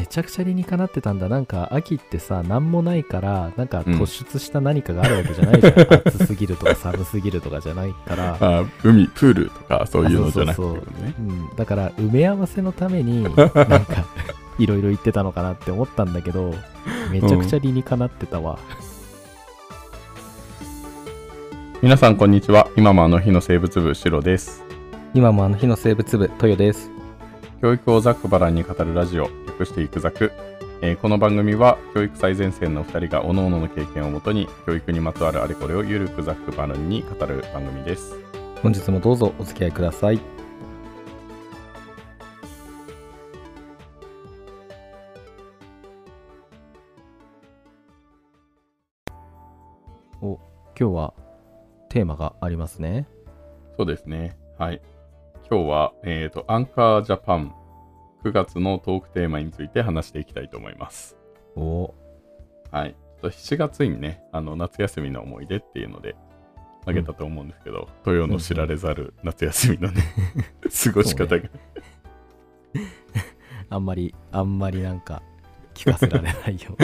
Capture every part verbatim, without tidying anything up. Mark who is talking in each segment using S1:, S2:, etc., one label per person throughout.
S1: ちゃくちゃ理にかなってたんだ。なんか秋ってさ、なんもないからなんか突出した何かがあるわけじゃないじゃん、うん、暑すぎるとか寒すぎるとかじゃないから
S2: あ、海プールとかそういうのじゃなくて、ね、そうそうそう、
S1: うん、だから埋め合わせのためになんかいろいろ言ってたのかなって思ったんだけど、めちゃくちゃ理にかなってたわ、
S2: うん、皆さんこんにちは。今もあの日の生物部シロです。
S1: 今もあの日の生物部トヨです。
S2: 教育をざっくばらんに語るラジオ、略していくざく、えー、この番組は教育最前線のふたりが各々の経験をもとに教育にまつわるあれこれをゆるくざっくばらんに語る番組です。
S1: 本日もどうぞお付き合いください。お、今日はテーマがありますね。
S2: そうですね。はい。今日は、えっと、アンカージャパンくがつのトークテーマについて話していきたいと思います。
S1: お、
S2: はい。しちがつにね、あの夏休みの思い出っていうのであげたと思うんですけど、トヨ、うん、の知られざる夏休みのね、うん、過ごし方が、ね、
S1: あんまりあんまりなんか聞かせられないよ。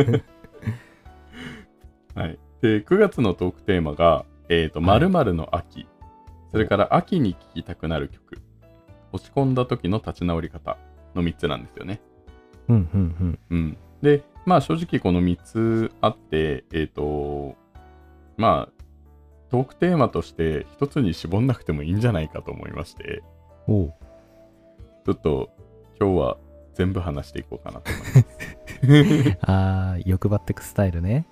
S2: はい。で、くがつのトークテーマが、えっと、〇〇の秋、それから秋に聴きたくなる曲、落ち込んだ時の立ち直り方のみっつなんですよね。
S1: うんうんうん。
S2: うん。で、まあ正直このみっつあって、えっと、まあ、トークテーマとしてひとつに絞んなくてもいいんじゃないかと思いまして、
S1: おう、
S2: ちょっと今日は全部話していこうかなと思います。
S1: あー、欲張ってくスタイルね。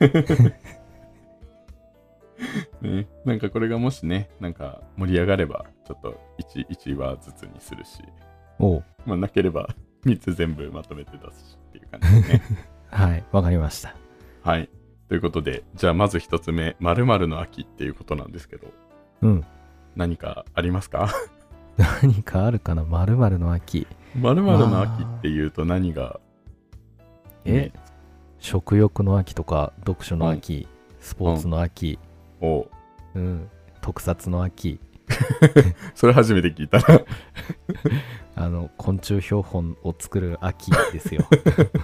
S2: ね、なんかこれがもしね、なんか盛り上がればちょっと 1, いちわずつにするし、
S1: おう、
S2: まあなければみっつ全部まとめて出すしっていう感じですね。
S1: はい、わかりました。
S2: はい。ということで、じゃあまずひとつめ、〇〇の秋っていうことなんですけど、
S1: うん。
S2: 何かありますか？
S1: 何かあるかな、〇〇の秋。
S2: 〇〇の秋っていうと何が、
S1: え、ね、食欲の秋とか、読書の秋、うん、スポーツの秋、
S2: うん、お
S1: うん、特撮の秋。
S2: それ初めて聞いたな。
S1: あの昆虫標本を作る秋ですよ。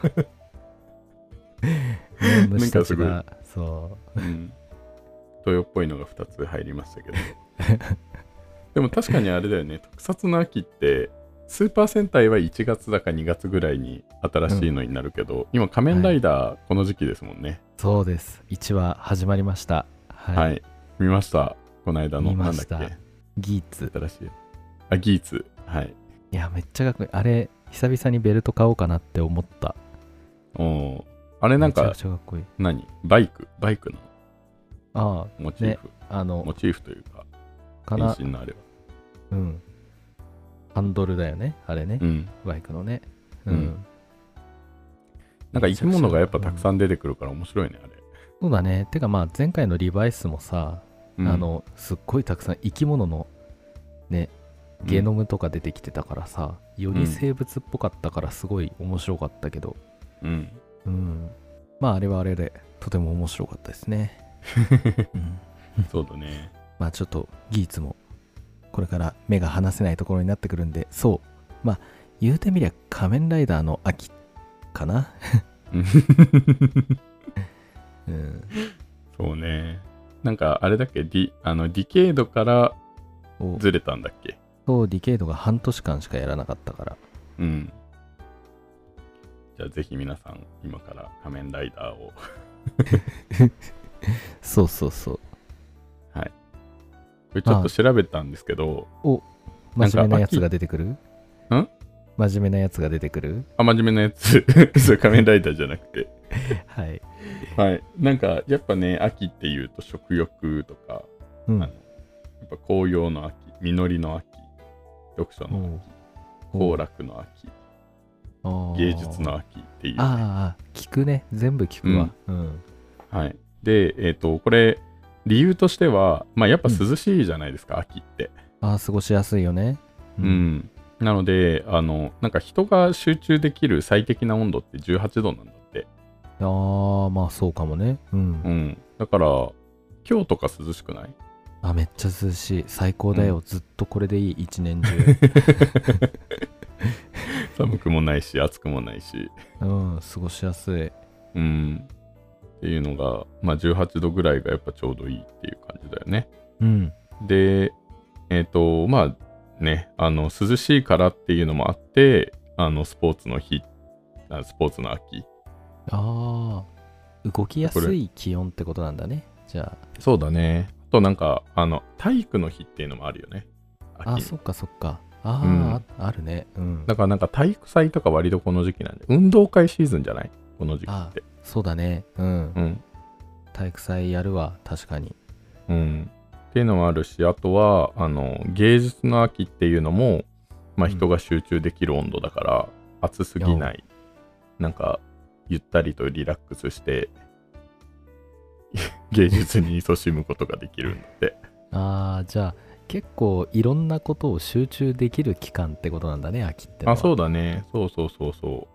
S1: ね、虫たちがそう、うん、
S2: トヨっぽいのがふたつ入りましたけど。でも確かにあれだよね、特撮の秋ってスーパー戦隊はいちがつだかにがつぐらいに新しいのになるけど、うん、今仮面ライダー、はい、この時期ですもんね。
S1: そうです。いちわ始まりました。はい、
S2: はい、見ました。この間の
S1: 見ました。
S2: なんだっけ、
S1: ギーツ。
S2: 新しい。あ、ギーツ。はい。
S1: いや、めっちゃかっこいい。あれ、久々にベルト買おうかなって思った。
S2: お、あれなんか、
S1: めちゃくちゃかっこいい。
S2: 何バイクバイクの
S1: ああ、
S2: モチーフ、
S1: ね、あの
S2: モチーフというか、
S1: かな、
S2: 変身のあれは。
S1: うん。ハンドルだよね、あれね。
S2: うん、
S1: バイクのね。うん。うん、
S2: なんか生き物がやっぱたくさん出てくるから面白いね、あれ。
S1: そうだね。てかまあ、前回のリバイスもさ、うん、あの、すっごいたくさん生き物のね、ゲノムとか出てきてたからさ、うん、より生物っぽかったからすごい面白かったけど、
S2: うん、
S1: うん、まああれはあれでとても面白かったですね。うん、
S2: そうだね。
S1: まあちょっとギーツもこれから目が離せないところになってくるんで、そうまあ言うてみりゃ仮面ライダーの秋かな。うん、
S2: そうね。なんかあれだっけ、ディあのディケイドからずれたんだっけ。
S1: そう、ディケイドが半年間しかやらなかったから。
S2: うん。じゃあぜひ皆さん今から仮面ライダーを。
S1: そうそうそう。
S2: はい。これちょっと調べたんですけど。
S1: お、真面目なやつが出てくる？ん？真面目なやつが出てくる？
S2: あ、真面目なやつ。それ仮面ライダーじゃなくて。
S1: はい。
S2: はい。なんかやっぱね、秋っていうと食欲とか、うん、あのやっぱ紅葉の秋、実りの秋、読書の秋、行楽の秋、芸術の秋っていう、ね、
S1: ああ、聞くね。全部聞くわ。うん。うん、
S2: はい。で、えっと、これ、理由としては、まあやっぱ涼しいじゃないですか、うん、秋って。
S1: ああ、過ごしやすいよね。
S2: うん。うん、なので、あの、なんか人が集中できる最適な温度ってじゅうはちどなんだって。
S1: ああ、まあそうかもね。うん。
S2: うん。だから、今日とか涼しくない？
S1: あ、めっちゃ涼しい。最高だよ。うん、ずっとこれでいい。一年中。
S2: 寒くもないし暑くもないし、
S1: うん、過ごしやすい。
S2: うん。っていうのが、まあじゅうはちどぐらいがやっぱちょうどいいっていう感じだよね。
S1: うん。
S2: で、えっ、と、まあね、あの、涼しいからっていうのもあって、あの、スポーツの日、あスポーツの秋。
S1: ああ、動きやすい気温ってことなんだね。じゃ
S2: そうだね。あとなんか、あの、体育の日っていうのもあるよね。
S1: あ。あ、そっかそっか。あ、
S2: うん、
S1: あ、あるね。うん。
S2: だからなんか体育祭とか割とこの時期なんで、運動会シーズンじゃないこの時期って。
S1: そうだね。うん。
S2: うん。
S1: 体育祭やるわ、確かに。
S2: うん。っていうのもあるし、あとは、あの、芸術の秋っていうのも、まあ人が集中できる温度だから、うん、暑すぎない。なんか、ゆったりとリラックスして、芸術に勤しむことができるんだって。
S1: ああ、じゃあ、結構いろんなことを集中できる期間ってことなんだね、秋ってのは。
S2: あ、そうだね。そうそうそうそう。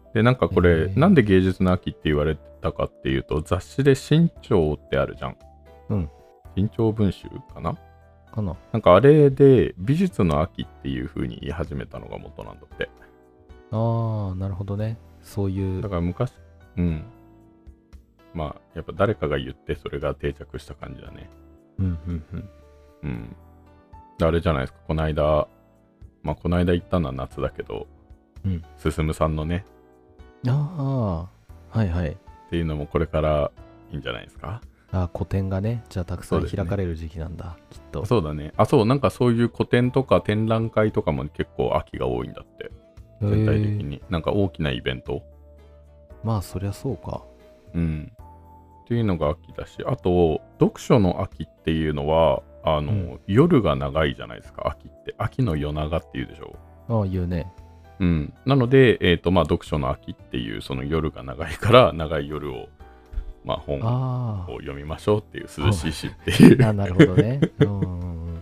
S2: で、なんかこれ、なんで芸術の秋って言われたかっていうと、雑誌で新潮ってあるじゃん。
S1: うん。
S2: 新潮文集かな
S1: かな。
S2: なんかあれで、美術の秋っていう風に言い始めたのが元なんだって。
S1: ああ、なるほどね。そういう。
S2: だから昔、うん。まあ、やっぱ誰かが言ってそれが定着した感じだね。
S1: うん、うん、うん。
S2: うん。あれじゃないですか、この間、まあ、この間行ったのは夏だけど、
S1: うん。
S2: 進さんのね。
S1: ああ、はいはい。
S2: っていうのもこれからいいんじゃないですか。
S1: あ、個展がね、じゃあたくさん開かれる時期なんだ、ね、きっと。
S2: そうだね。あ、そう、なんかそういう個展とか展覧会とかも結構秋が多いんだって。全体的に。なんか大きなイベント。
S1: まあ、そりゃそうか。
S2: うん。っていうのが秋だし、あと、読書の秋っていうのは、あの、うん、夜が長いじゃないですか、秋って。秋の夜長っていうでしょ。
S1: ああ、言うね。
S2: うん。なので、えっと、まあ、読書の秋っていう、その夜が長いから、長い夜を、まあ、本を読みましょうっていう、涼しいしっていう。
S1: あ、なるほどね。うん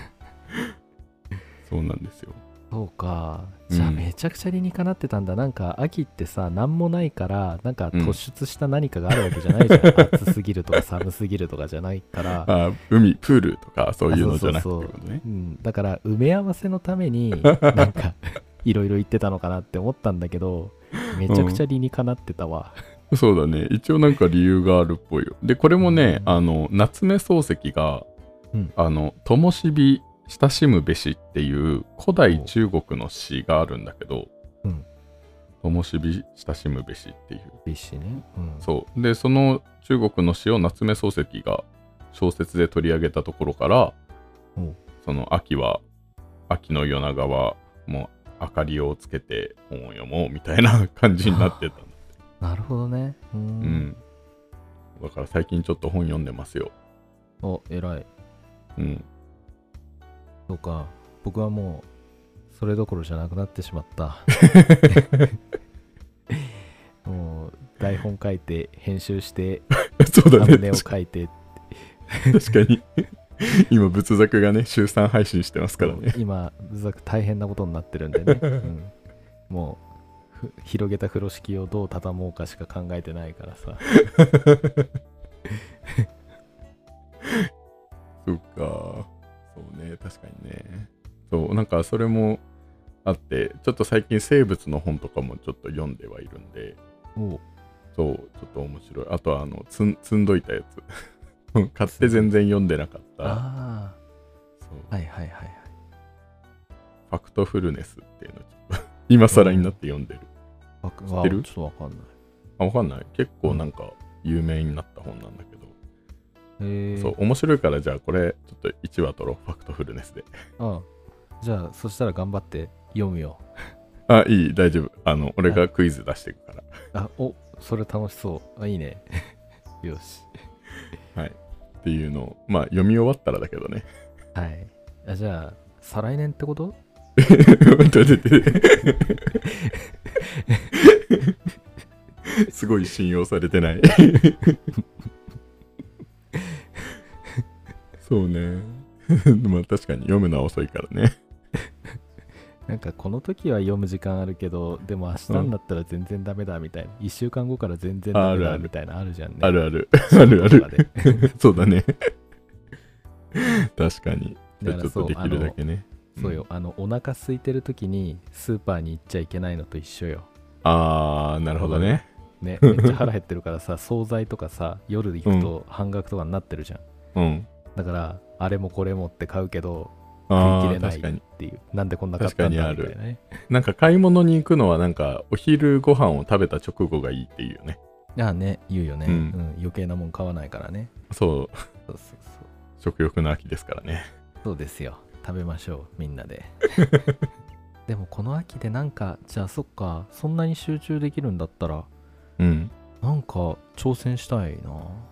S2: そうなんですよ。
S1: そうか。じゃあめちゃくちゃ理にかなってたんだ。うん、なんか秋ってさ、なんもないから、なんか突出した何かがあるわけじゃないじゃん。うん、暑すぎるとか寒すぎるとかじゃないから。
S2: あ、海、プールとかそういうのじゃなくてことね。
S1: そうそうそう、うん。だから埋め合わせのために、なんかいろいろ言ってたのかなって思ったんだけど、めちゃくちゃ理にかなってたわ。
S2: うん、そうだね。一応なんか理由があるっぽいよ。で、これもね、うん、あの、夏目漱石が、うん、あの、灯火親しむべしっていう古代中国の詩があるんだけど、うん、灯火親しむべしっていう。
S1: べしね。うん、
S2: そう。で、その中国の詩を夏目漱石が小説で取り上げたところから、うん、その秋は、秋の夜長はもう明かりをつけて本を読もうみたいな感じになってたんだって。
S1: なるほどね。うん、うん。
S2: だから最近ちょっと本読んでますよ。
S1: お、偉い。
S2: うん。
S1: そうか、僕はもうそれどころじゃなくなってしまったもう台本書いて編集して
S2: そうだね、
S1: サムネを書いて
S2: 確かに今仏作がね週さん配信してますからね。
S1: 今仏作大変なことになってるんでね、うん、もう広げた風呂敷をどう畳もうかしか考えてないからさ
S2: そっか、そうね、確かにね。そう、なんかそれもあって、ちょっと最近生物の本とかもちょっと読んではいるんで、
S1: お
S2: そう、ちょっと面白い。あとはあの、つん積んどいたやつ。買って全然読んでなかった。あ
S1: あ。そう。はいはいはいはい。
S2: ファクトフルネスっていうのをちょっと今更になって読んでる。
S1: うん、知ってる？ちょっとわかんない。
S2: あ、わかんない。結構なんか有名になった本なんだけど。
S1: へえ。
S2: そう、面白いからじゃあこれちょっといちわ取ろう。ファクトフルネスで。
S1: ああ。じゃあそしたら頑張って読むよ。
S2: あ、いい、大丈夫。あの、俺がクイズ出していくから。
S1: あ、お、それ楽しそう。あ、いいね。よし。
S2: はい。っていうのを、まあ、読み終わったらだけどね。
S1: はい。あ、じゃあ、再来年ってこと
S2: すごい信用されてない。そうね。まあ確かに読むのは遅いからね。
S1: なんかこの時は読む時間あるけど、でも明日になったら全然ダメだみたいな、うん、いっしゅうかんごから全然ダメだみたいなあるじゃんね。
S2: あるあるあるあるそうだね。確かに。じゃあちょっとできるだけね。
S1: そうよ、あのお腹空いてる時にスーパーに行っちゃいけないのと一緒よ。
S2: あー、なるほどね。
S1: ね、めっちゃ腹減ってるからさ、惣菜とかさ、夜行くと半額とかになってるじゃん。
S2: うん。
S1: だから、あれもこれもって買うけど、食
S2: あー、
S1: い切れない
S2: 確かに。
S1: っていう。なんでこんな買ったんだみたいなね。
S2: なんか買い物に行くのはなんかお昼ご飯を食べた直後がいいっていうよね。
S1: ああね、言うよね、
S2: うん
S1: うん。余計なもん買わないからね。
S2: そう。
S1: そうそうそう。
S2: 食欲の秋ですからね。
S1: そうですよ。食べましょう、みんなで。でもこの秋でなんか、じゃあそっか、そんなに集中できるんだったら、
S2: うん。
S1: なんか挑戦したいな。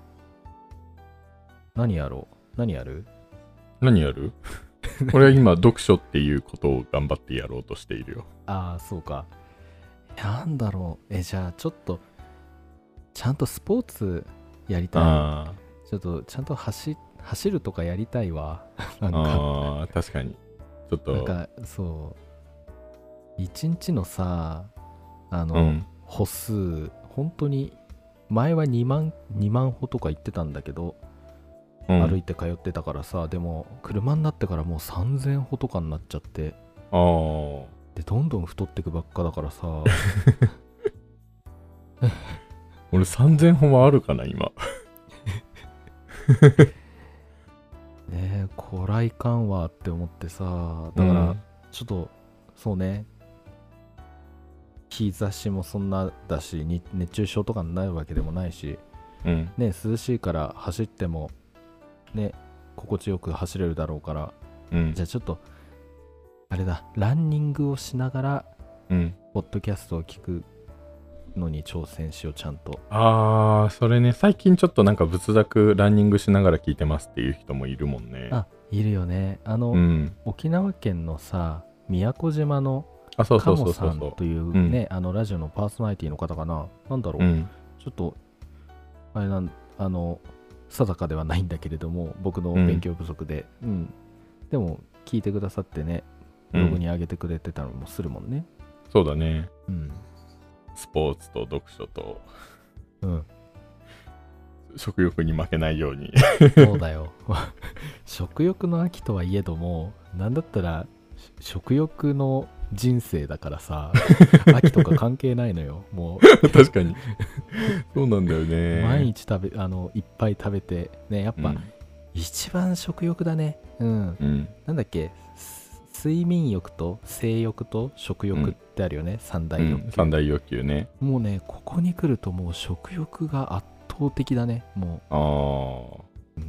S1: 何やろう何やる
S2: 何やる俺は今読書っていうことを頑張ってやろうとしているよ。
S1: ああ、そうか。なんだろう。え、じゃあちょっと、ちゃんとスポーツやりたい。
S2: あ
S1: ちょっとちゃんと走走るとかやりたいわ。なんか、
S2: あー、確かに。ちょっと。
S1: なんかそう。一日のさ、あの、
S2: うん。
S1: 歩数、本当に、前はにまん、にまん歩とか行ってたんだけど、
S2: うん、
S1: 歩いて通ってたからさ、でも、車になってからもうさんぜん歩とかになっちゃって、
S2: ああ。
S1: で、どんどん太ってくばっかだからさ、
S2: 俺さんぜん歩もあるかな、今。
S1: ねえ、こらいかんわって思ってさ、だから、ちょっと、そうね、日差しもそんなだし、に熱中症とかになるわけでもないし、
S2: うん。
S1: ね、涼しいから走っても、ね、心地よく走れるだろうから、
S2: うん。
S1: じゃあちょっと、あれだ、ランニングをしながら、
S2: うん。
S1: ポッドキャストを聞くのに挑戦しよう、ちゃんと。
S2: ああ、それね、最近ちょっとなんか仏作ランニングしながら聞いてますっていう人もいるもんね。
S1: あ、いるよね。あの、
S2: うん。
S1: 沖縄県のさ、宮古島の
S2: あ、そうそ
S1: カモさ
S2: うそうそうんそう。
S1: というね、あのラジオのパーソナリティの方かな。なんだろう、
S2: うん。
S1: ちょっと、あれなん、あの、定かではないんだけれども、僕の勉強不足で、うん、うん。でも、聞いてくださってね、ブログに上げてくれてたのもするもんね。
S2: そうだね。
S1: うん。
S2: スポーツと読書と、
S1: うん。
S2: 食欲に負けないように。
S1: そうだよ。食欲の秋とはいえども、なんだったら、食欲の人生だからさ、秋とか関係ないのよ、もう。
S2: 確かに。そうなんだよね。
S1: 毎日食べ、あの、いっぱい食べて、ね、やっぱ、
S2: うん、
S1: 一番食欲だね。うん。
S2: うん、
S1: なんだっけ、睡眠欲と性欲と食欲ってあるよね、うん、三大欲求、うん、
S2: 三大欲求ね。
S1: もうね、ここに来るともう食欲が圧倒的だね、もう。
S2: ああ、
S1: うん、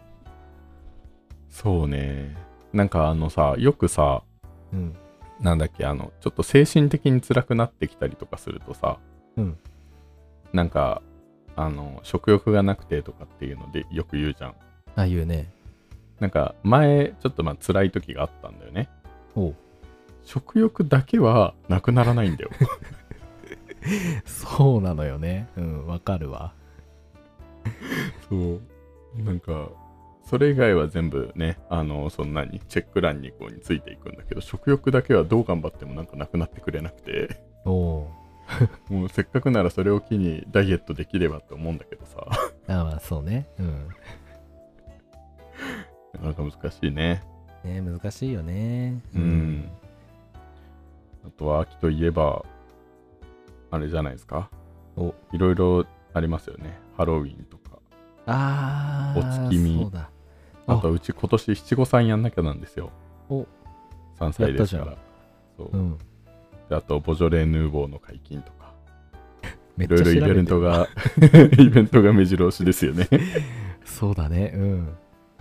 S2: そうね。なんかあのさ、よくさ、
S1: うん、
S2: なんだっけ、あの、ちょっと精神的に辛くなってきたりとかするとさ、
S1: うん、
S2: なんか、あの、食欲がなくてとかっていうのでよく言うじゃん。
S1: ああいうね。
S2: なんか前ちょっとまあ辛い時があったんだよね。
S1: おう。
S2: 食欲だけはなくならないんだよ。
S1: そうなのよね。うん、わかるわ。
S2: そう。なんか、それ以外は全部ね、あの、そんなにチェック欄にこうについていくんだけど、食欲だけはどう頑張ってもなんかなくなってくれなくて。
S1: おう。
S2: もうせっかくならそれを機にダイエットできればって思うんだけどさ。
S1: あまあそうね。うん。
S2: なかなか難しいね。
S1: ね、難しいよね。
S2: うん。うん、あとは秋といえば、あれじゃないですか。
S1: お、
S2: いろいろありますよね。ハロウィンとか。
S1: あー、
S2: お月見。
S1: そうだ。
S2: あとうち今年七五三やんなきゃなんですよ。
S1: お、
S2: さんさいですから。そう。うん、であとボジョレ・ヌーボーの解禁とか。いろいろイベントがイベントが目白押しですよね。
S1: そうだね。うん。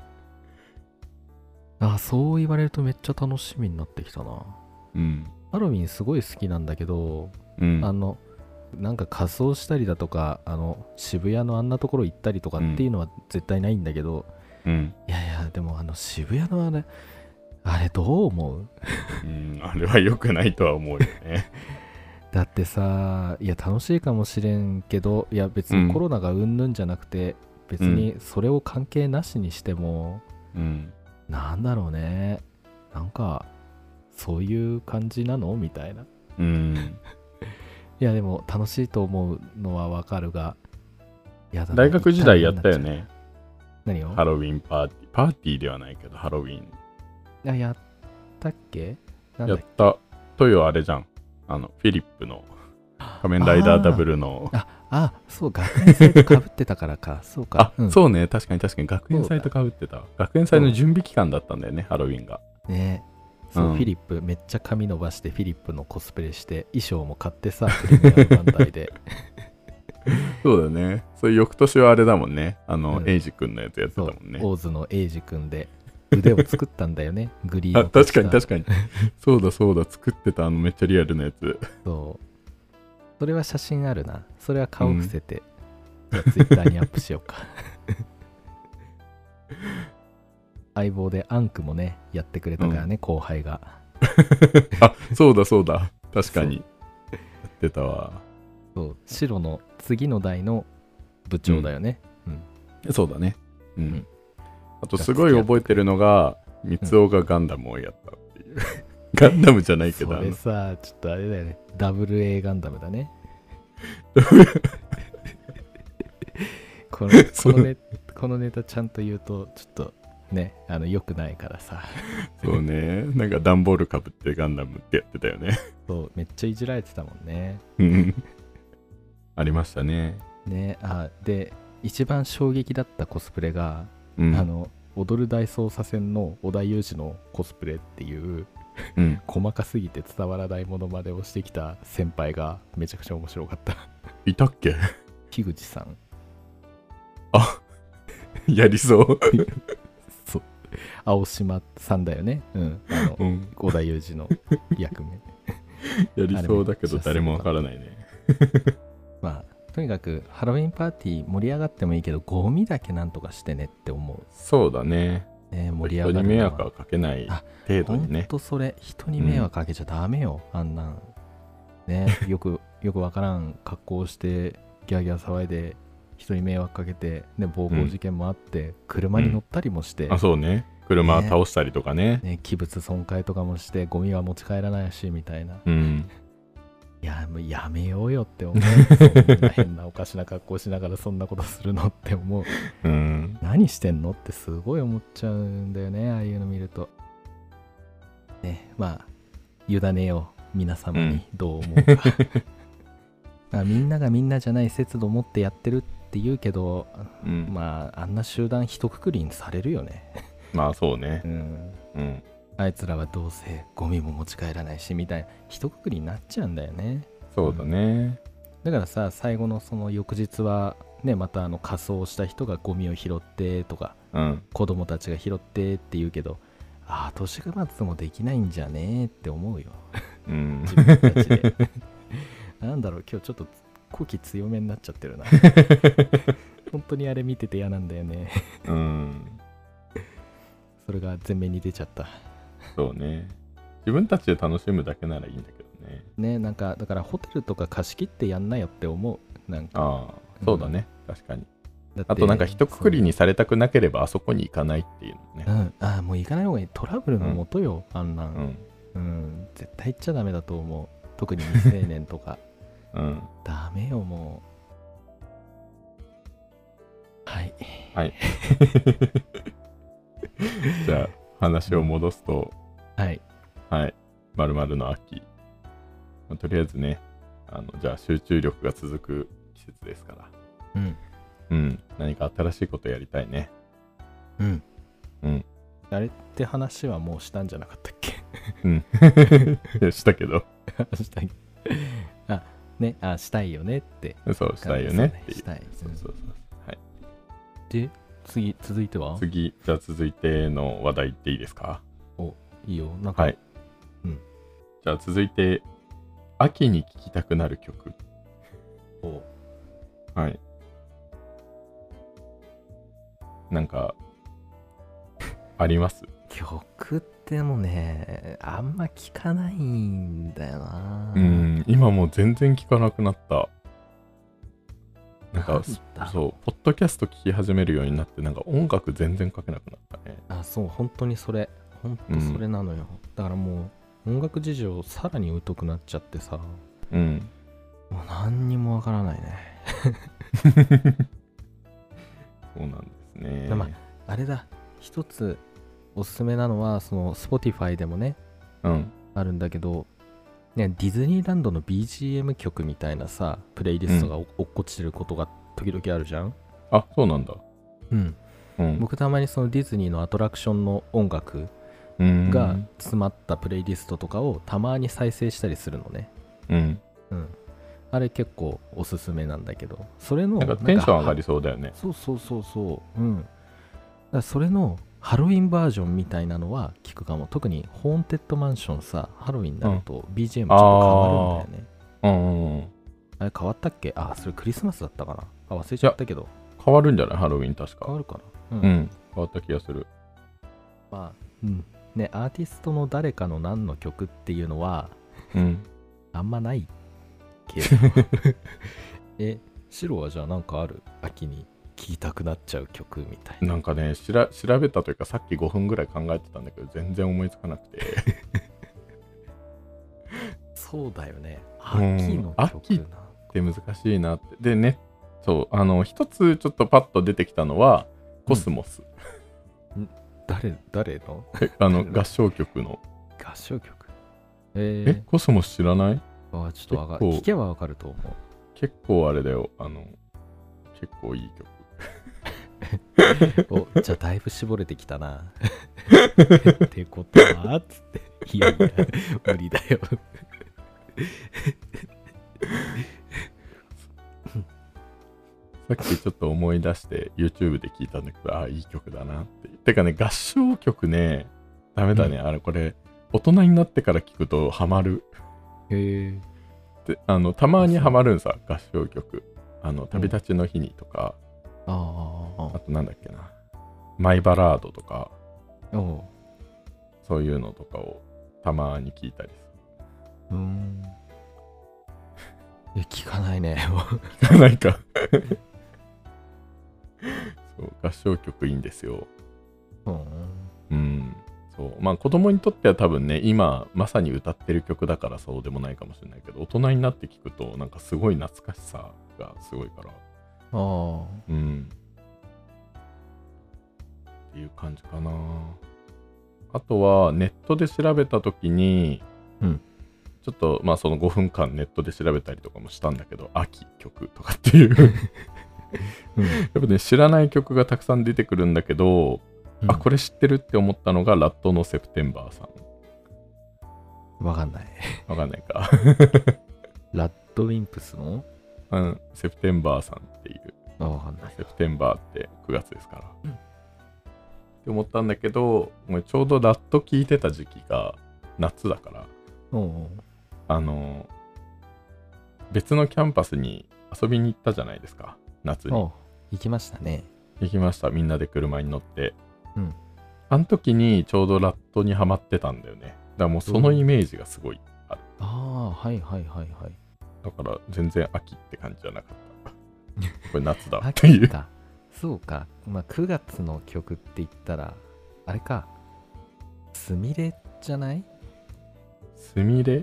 S1: あ、そう言われるとめっちゃ楽しみになってきたな。
S2: うん。
S1: ハロウィンすごい好きなんだけど、
S2: うん、
S1: あの、なんか仮装したりだとか、あの、渋谷のあんなところ行ったりとかっていうのは絶対ないんだけど、
S2: うん、
S1: いやいや、でもあの渋谷のあれ、あれどう思う？
S2: うん、あれは良くないとは思うよね。
S1: だってさ、いや楽しいかもしれんけど、いや別にコロナがうんぬんじゃなくて、うん、別にそれを関係なしにしても、
S2: うん、
S1: なんだろうね、なんかそういう感じなのみたいな。
S2: うん、
S1: いやでも楽しいと思うのはわかるが、
S2: やだ、大学時代やったよね。
S1: 何を？
S2: ハロウィンパーティー。パーティーではないけどハロウィン。
S1: いややっったっけ？なんだっけ？
S2: やった。トヨあれじゃん。あの、フィリップの仮面ライダーダブルの。
S1: ああ、そう、学園祭とかぶってたからか。そうか。
S2: あ、うん、そうね。確かに確かに学園祭とかぶってた。学園祭の準備期間だったんだよね、ハロウィンが。
S1: ね。そう、
S2: うん、
S1: フィリップめっちゃ髪伸ばしてフィリップのコスプレして衣装も買ってさ、プレミアムバンダイで。
S2: そうだね。そういう翌年はあれだもんね。あの、
S1: うん、
S2: エイジ君のやつやってたもんね。
S1: オーズのエイジ君で腕を作ったんだよね。グリーン
S2: あ、
S1: の。
S2: 確かに確かに。そうだそうだ、作ってたあのめっちゃリアルなやつ。
S1: そう。それは写真あるな。それは顔伏せて、うん、ツイッターにアップしようか。相棒でアンクもね、やってくれたからね、うん、後輩が。
S2: あ、そうだそうだ。確かに。やってたわ。
S1: そう、白の次の代の部長だよね。
S2: うんうん、そうだね。うん。うん、あとすごい覚えてるのが、三つおがガンダムをやったっていう。うん、ガンダムじゃないけど。
S1: それさ、ちょっとあれだよね。ダブル A ガンダムだね。このこのネこのネタちゃんと言うとちょっとね、あの良くないからさ。
S2: そうね、なんか段ボールかぶってガンダムってやってたよね。
S1: そうめっちゃいじられてたもんね。
S2: ありましたね。
S1: ね、あで一番衝撃だったコスプレが、うん、あの踊る大捜査線の織田裕二のコスプレっていう、うん、細かすぎて伝わらないものまでをしてきた先輩がめちゃくちゃ面白かった。
S2: いたっけ？
S1: 樋口さん。
S2: あ、やりそう。
S1: そう、青島さんだよね。うん、あの、うん、織田裕二の役目。
S2: やりそうだけど誰もわからないね。
S1: まあとにかくハロウィンパーティー盛り上がってもいいけど、ゴミだけなんとかしてねって思う。
S2: そうだね。
S1: ね、盛り上がるのは
S2: 人に迷惑はかけない程度にね。
S1: ほんとそれ、人に迷惑かけちゃダメよ、うん、あんなんね。よくよくわからん格好をしてギャーギャー騒いで人に迷惑かけて、ね、暴行事件もあって、うん、車に乗ったりもして、うん、
S2: あ、そうね、車倒したりとかね、
S1: ねね、器物損壊とかもして、ゴミは持ち帰らないしみたいな、
S2: うん、
S1: いやもうやめようよって思う。そんな変なおかしな格好しながらそんなことするのって思う、
S2: うん、
S1: 何してんのってすごい思っちゃうんだよね、ああいうの見るとね。まあ委ねよう皆様に、どう思うか、うん、あみんながみんなじゃない節度を持ってやってるって言うけど、うん、まああんな集団一括りにされるよね。
S2: まあそうね、
S1: うん
S2: うん、
S1: あいつらはどうせゴミも持ち帰らないしみたいな一括りになっちゃうんだよね。
S2: そうだね、うん、
S1: だからさ、最後のその翌日はね、またあの仮装した人がゴミを拾ってとか、
S2: うん、
S1: 子供たちが拾ってって言うけど、ああ年が末もできないんじゃねって思うよ、
S2: うん、
S1: 自分たちで。なんだろう、今日ちょっと語気強めになっちゃってるな。本当にあれ見てて嫌なんだよね。
S2: うん、
S1: それが前面に出ちゃった。
S2: そうね、自分たちで楽しむだけならいいんだけどね。
S1: ね、なんかだからホテルとか貸し切ってやんなよって思う。なんか
S2: ああ、そうだね、うん、確かに。あとなんか一括りにされたくなければあそこに行かないっていうのね。
S1: うん、ああもう行かない方がいい。トラブルのもとよ、うん、あんなん、
S2: うん
S1: うん、絶対行っちゃダメだと思う。特に未成年とか。
S2: うん、
S1: ダメよもう。はい。
S2: はい。じゃあ話を戻すと、
S1: うん、はい。
S2: はい。〇〇の秋。まあ、とりあえずね、あのじゃあ集中力が続く季節ですから。
S1: うん。
S2: うん。何か新しいことやりたいね。
S1: うん。
S2: うん。
S1: あれって話はもうしたんじゃなかったっけ？
S2: うん。いやしたけど。
S1: したい。あ、ね、あ、したいよねって。
S2: そう、したいよねっていう。
S1: したい。
S2: そうそうそう。はい。
S1: で、次、続いては
S2: 次、じゃあ続いての話題いっていいですか？
S1: お、いいよ。なんか、
S2: はい。
S1: うん。
S2: じゃあ続いて、秋に聴きたくなる曲。
S1: お。
S2: はい。なんか、あります？
S1: 曲ってもね、あんま聞かないんだよな。
S2: うん、今もう全然聞かなくなった。なんか、そう、ポッドキャスト聞き始めるようになって、なんか音楽全然かけなくなったね。
S1: あ、そう、本当にそれ。本当それなのよ。うん、だからもう、音楽事情さらに疎くなっちゃってさ。
S2: うん。
S1: もう何にもわからないね。
S2: そうなんですね。
S1: まあ、あれだ、一つおすすめなのは、その Spotify でもね、
S2: うん
S1: あるんだけど、ね、ディズニーランドの ビージーエム 曲みたいなさプレイリストがお落っこちてることが時々あるじゃん。
S2: あ、そうなんだ。
S1: うん
S2: うん。
S1: 僕たまにそのディズニーのアトラクションの音楽
S2: うーん
S1: が詰まったプレイリストとかをたまに再生したりするのね。
S2: うん。
S1: うんあれ結構おすすめなんだけど、それの
S2: なんかテンション上が
S1: り
S2: りそうだよね。
S1: そうそうそうそううんだからそれのハロウィンバージョンみたいなのは聞くかも。特にホーンテッドマンションさ、ハロウィンになると ビージーエム ちょっと変わるんだよね。
S2: うんうんうん。
S1: あれ変わったっけ？あ、それクリスマスだったかな。あ、忘れちゃったけど。
S2: 変わるんじゃない？ハロウィン確か。
S1: 変わるかな。うん。
S2: うん。変わった気がする。
S1: まあ、うん。ね、アーティストの誰かの何の曲っていうのは、
S2: うん。
S1: あんまないけど。え、シロはじゃあなんかある？秋に聴きたくなっちゃう曲みたいな。
S2: なんかね、しら調べたというか、さっきごふんぐらい考えてたんだけど、全然思いつかなくて。
S1: そうだよね。
S2: うん
S1: 秋の曲
S2: 秋
S1: な。
S2: で難しいなって。でね、そう、あの、一つちょっとパッと出てきたのは、コスモス。
S1: 誰、誰の
S2: えあの、合唱曲の。
S1: 合唱曲え
S2: え、
S1: ー、
S2: コスモス知らない？
S1: あちょっとわかる。
S2: 結構
S1: 聞けばわかると思う。
S2: 結構あれだよ。あの、結構いい曲。
S1: お、じゃあだいぶ絞れてきたな。ってことはつって。いやいや、無理だよ。
S2: さっきちょっと思い出して YouTube で聞いたんだけど、ああ、いい曲だなって。てかね、合唱曲ね、ダメだね。うん、あれ、これ、大人になってから聞くとハマる。
S1: へえ。
S2: で、あの、たまにハマるんさ、合唱曲。あの、旅立ちの日にとか、
S1: うん、あ
S2: あとなんだっけな、マイバラードとか、
S1: お
S2: そういうのとかをたまに聞いたりす
S1: る。うーん。え、聞かないね。
S2: 聞かないか。そう、合唱曲いいんですよ。
S1: うん。
S2: うん。そう。まあ子供にとっては多分ね、今まさに歌ってる曲だからそうでもないかもしれないけど、大人になって聞くとなんかすごい懐かしさがすごいから。
S1: ああ。
S2: うん。っていう感じかな。あとはネットで調べたときに、
S1: うん。
S2: ちょっとまあそのごふんかんネットで調べたりとかもしたんだけど、秋曲とかっていううん、やっぱね、知らない曲がたくさん出てくるんだけど、うん、あ、これ知ってるって思ったのがラットのセプテンバーさ
S1: ん。わかんない。
S2: わかんないか。
S1: ラッドウィンプスの
S2: うん、セプテンバーさんっていう。
S1: あ、わかんない。
S2: セプテンバーってくがつですから。うん、って思ったんだけど、もうちょうどラット聴いてた時期が夏だから、
S1: おうおう
S2: あの、別のキャンパスに遊びに行ったじゃないですか。夏に。
S1: 行きましたね。
S2: 行きました。みんなで車に乗って。
S1: うん。
S2: あの時にちょうどラットにハマってたんだよね。だからもうそのイメージがすごいある。
S1: うん、ああ、はいはいはいはい。
S2: だから全然秋って感じじゃなかった。これ夏だっていう。
S1: 秋か。そうか。まあくがつの曲って言ったら、あれか。すみれじゃない？
S2: すみれ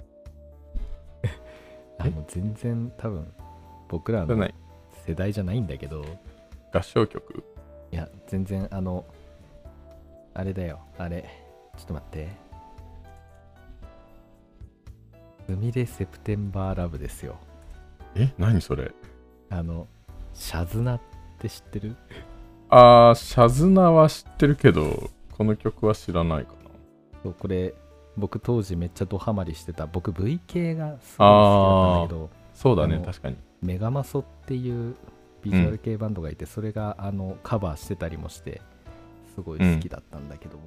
S1: あの全然多分僕らの世代じゃないんだけど、
S2: 合唱曲？
S1: いや全然あのあれだよ、あれちょっと待って、すみれセプテンバーラブですよ。
S2: え、何それ？
S1: あのシャズナって知ってる？
S2: あー、シャズナは知ってるけどこの曲は知らないかな。
S1: そう、これ僕当時めっちゃドハマりしてた。僕 ブイケー がすごい好きだったんだけど、
S2: そうだね、確かに。
S1: メガマソっていうビジュアル系バンドがいて、うん、それがあのカバーしてたりもしてすごい好きだったんだけども、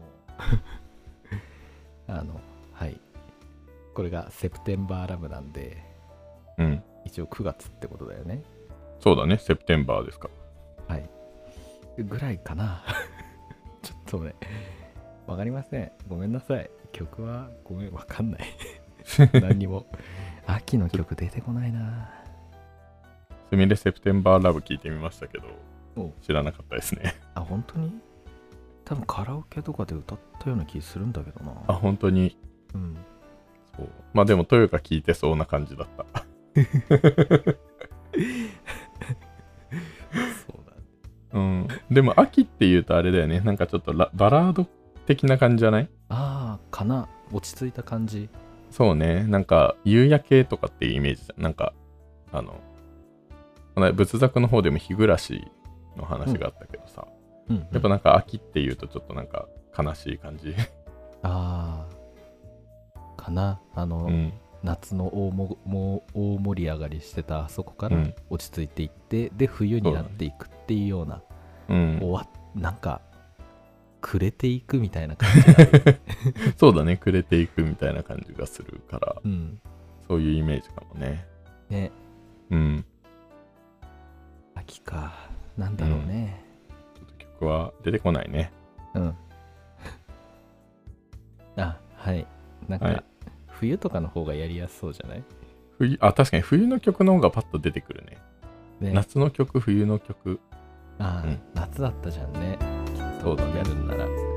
S1: うん、あのはいこれがセプテンバーラブなんで、
S2: うん、
S1: 一応くがつってことだよね。
S2: そうだね、セプテンバーですか。
S1: はいぐらいかな。ちょっとねわかりません、ごめんなさい。曲はごめん、わかんない何にも秋の曲出てこないな。
S2: すみれセプテンバーラブ聞いてみましたけど知らなかったですね。
S1: あ、本当に？多分カラオケとかで歌ったような気するんだけどな。
S2: あ、本当に？
S1: うん。
S2: そう。まあでもトヨタ聞いてそうな感じだった。
S1: そうだ、ね。
S2: うん。でも秋って言うとあれだよね。なんかちょっとラバラード的な感じじゃない？
S1: ああ、かな。 落ち着いた感じ。
S2: そうね、なんか夕焼けとかっていうイメージじゃん。なんかあのこの仏作の方でも日暮らしの話があったけどさ、
S1: うんうん、
S2: やっぱなんか秋っていうとちょっとなんか悲しい感じ
S1: ああかな、あの、うん、夏の大もも大盛り上がりしてたあそこから落ち着いていって、うん、で冬になっていくっていうような、うん、終わなんか暮れていくみたいな感じが
S2: そうだね、暮れていくみたいな感じがするから、
S1: うん、
S2: そういうイメージかもね。
S1: ね、
S2: うん。
S1: 秋か、なんだろうね、
S2: うん、ちょっと曲は出てこないね。
S1: うん。あ、はい。なんか、はい、冬とかの方がやりやすそうじゃない？
S2: 冬、あ、確かに冬の曲の方がパッと出てくるね。ね、夏の曲、冬の曲。
S1: ああ、うん、夏だったじゃんね。そうだね。やるんなら。